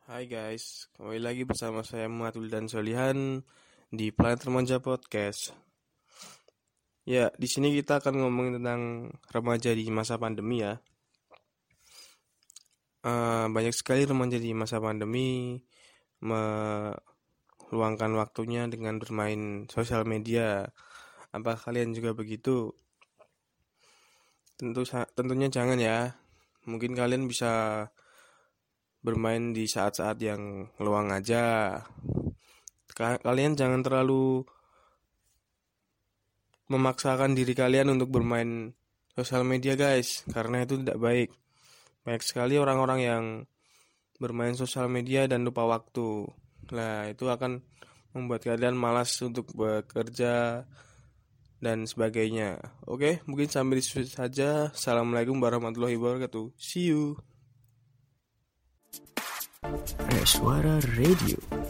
Hai guys, kembali lagi bersama saya Matul dan Solihan di Planet Remaja Podcast. Ya, di sini kita akan ngomongin tentang remaja di masa pandemi ya. Banyak sekali remaja di masa pandemi meluangkan waktunya dengan bermain sosial media. Apa kalian juga begitu? Tentunya jangan ya. Mungkin kalian bisa bermain di saat-saat yang luang aja. Kalian jangan terlalu memaksakan diri kalian untuk bermain sosial media guys, karena itu tidak baik. Banyak sekali orang-orang yang bermain sosial media dan lupa waktu. Nah, itu akan membuat kalian malas untuk bekerja dan sebagainya. Oke, mungkin sampai di situ saja. Assalamualaikum warahmatullahi wabarakatuh. See you. Suara Radio.